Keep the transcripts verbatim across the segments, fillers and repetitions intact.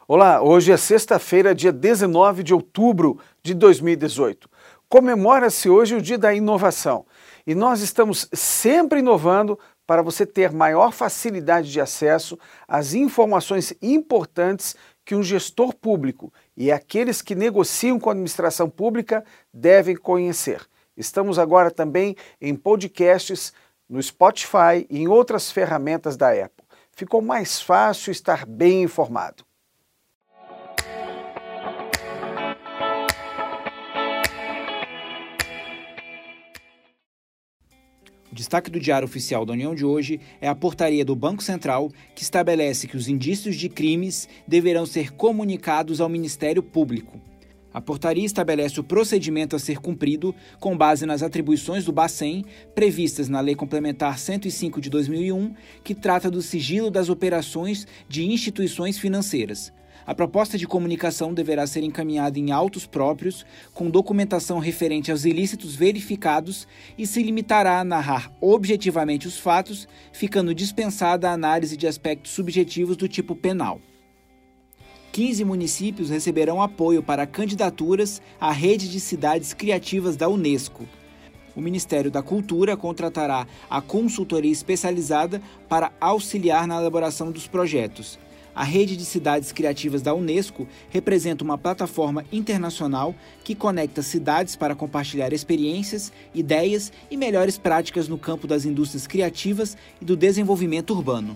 Olá, hoje é sexta-feira, dia dezenove de outubro de dois mil e dezoito. Comemora-se hoje o Dia da Inovação e nós estamos sempre inovando para você ter maior facilidade de acesso às informações importantes que um gestor público e aqueles que negociam com a administração pública devem conhecer. Estamos agora também em podcasts, no Spotify e em outras ferramentas da Apple. Ficou mais fácil estar bem informado. O destaque do Diário Oficial da União de hoje é a portaria do Banco Central que estabelece que os indícios de crimes deverão ser comunicados ao Ministério Público. A portaria estabelece o procedimento a ser cumprido com base nas atribuições do Bacen previstas na Lei Complementar cento e cinco de dois mil e um, que trata do sigilo das operações de instituições financeiras. A proposta de comunicação deverá ser encaminhada em autos próprios, com documentação referente aos ilícitos verificados e se limitará a narrar objetivamente os fatos, ficando dispensada a análise de aspectos subjetivos do tipo penal. quinze municípios receberão apoio para candidaturas à rede de cidades criativas da Unesco. O Ministério da Cultura contratará a consultoria especializada para auxiliar na elaboração dos projetos. A Rede de Cidades Criativas da Unesco representa uma plataforma internacional que conecta cidades para compartilhar experiências, ideias e melhores práticas no campo das indústrias criativas e do desenvolvimento urbano.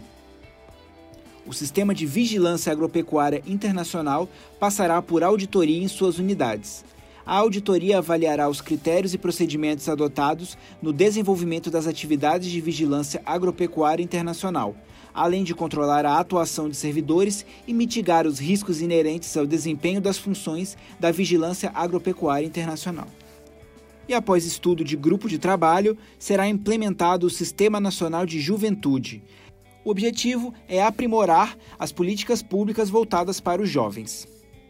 O Sistema de Vigilância Agropecuária Internacional passará por auditoria em suas unidades. A auditoria avaliará os critérios e procedimentos adotados no desenvolvimento das atividades de vigilância agropecuária internacional, além de controlar a atuação de servidores e mitigar os riscos inerentes ao desempenho das funções da vigilância agropecuária internacional. E após estudo de grupo de trabalho, será implementado o Sistema Nacional de Juventude. O objetivo é aprimorar as políticas públicas voltadas para os jovens.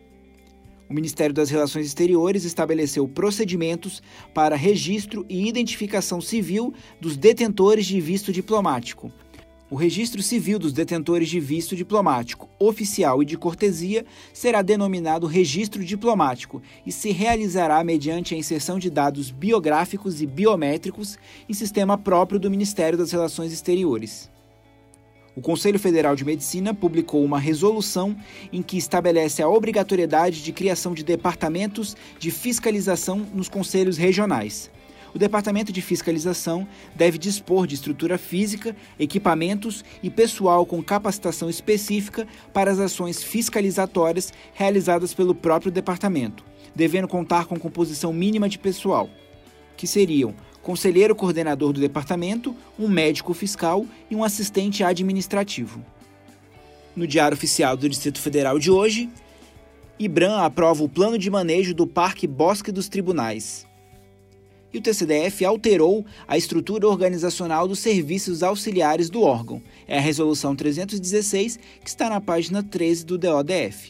O Ministério das Relações Exteriores estabeleceu procedimentos para registro e identificação civil dos detentores de visto diplomático. O registro civil dos detentores de visto diplomático, oficial e de cortesia será denominado registro diplomático e se realizará mediante a inserção de dados biográficos e biométricos em sistema próprio do Ministério das Relações Exteriores. O Conselho Federal de Medicina publicou uma resolução em que estabelece a obrigatoriedade de criação de departamentos de fiscalização nos conselhos regionais. O Departamento de Fiscalização deve dispor de estrutura física, equipamentos e pessoal com capacitação específica para as ações fiscalizatórias realizadas pelo próprio departamento, devendo contar com composição mínima de pessoal, que seriam conselheiro coordenador do departamento, um médico fiscal e um assistente administrativo. No Diário Oficial do Distrito Federal de hoje, IBRAM aprova o plano de manejo do Parque Bosque dos Tribunais. E o T C D F alterou a estrutura organizacional dos serviços auxiliares do órgão. É a Resolução trezentos e dezesseis, que está na página treze do D O D F.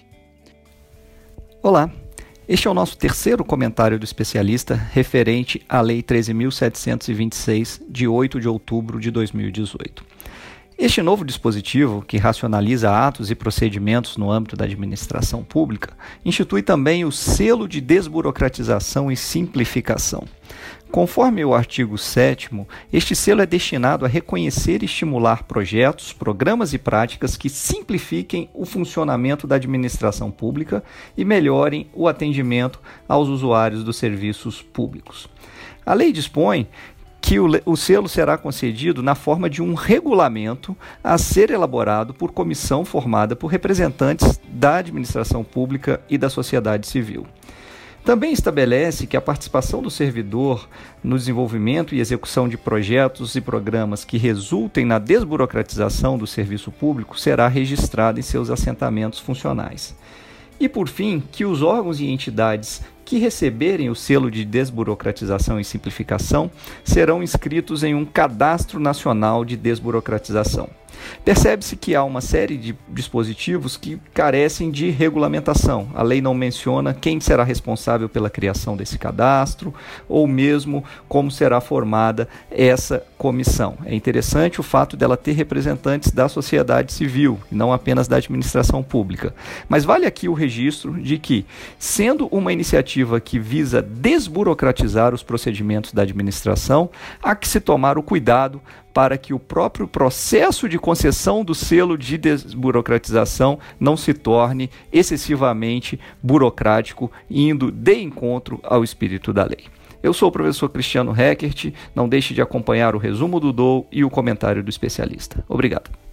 Olá! Este é o nosso terceiro comentário do especialista referente à Lei treze mil setecentos e vinte e seis, de oito de outubro de dois mil e dezoito. Este novo dispositivo, que racionaliza atos e procedimentos no âmbito da administração pública, institui também o selo de desburocratização e simplificação. Conforme o artigo sétimo, este selo é destinado a reconhecer e estimular projetos, programas e práticas que simplifiquem o funcionamento da administração pública e melhorem o atendimento aos usuários dos serviços públicos. A lei dispõe que o, o selo será concedido na forma de um regulamento a ser elaborado por comissão formada por representantes da administração pública e da sociedade civil. Também estabelece que a participação do servidor no desenvolvimento e execução de projetos e programas que resultem na desburocratização do serviço público será registrada em seus assentamentos funcionais. E, por fim, que os órgãos e entidades que receberem o selo de desburocratização e simplificação serão inscritos em um cadastro nacional de desburocratização. Percebe-se que há uma série de dispositivos que carecem de regulamentação. A lei não menciona quem será responsável pela criação desse cadastro ou mesmo como será formada essa comissão. É interessante o fato dela ter representantes da sociedade civil e não apenas da administração pública. Mas vale aqui o registro de que, sendo uma iniciativa que visa desburocratizar os procedimentos da administração, há que se tomar o cuidado para que o próprio processo de concessão do selo de desburocratização não se torne excessivamente burocrático, indo de encontro ao espírito da lei. Eu sou o professor Cristiano Heckert, não deixe de acompanhar o resumo do D O U e o comentário do especialista. Obrigado.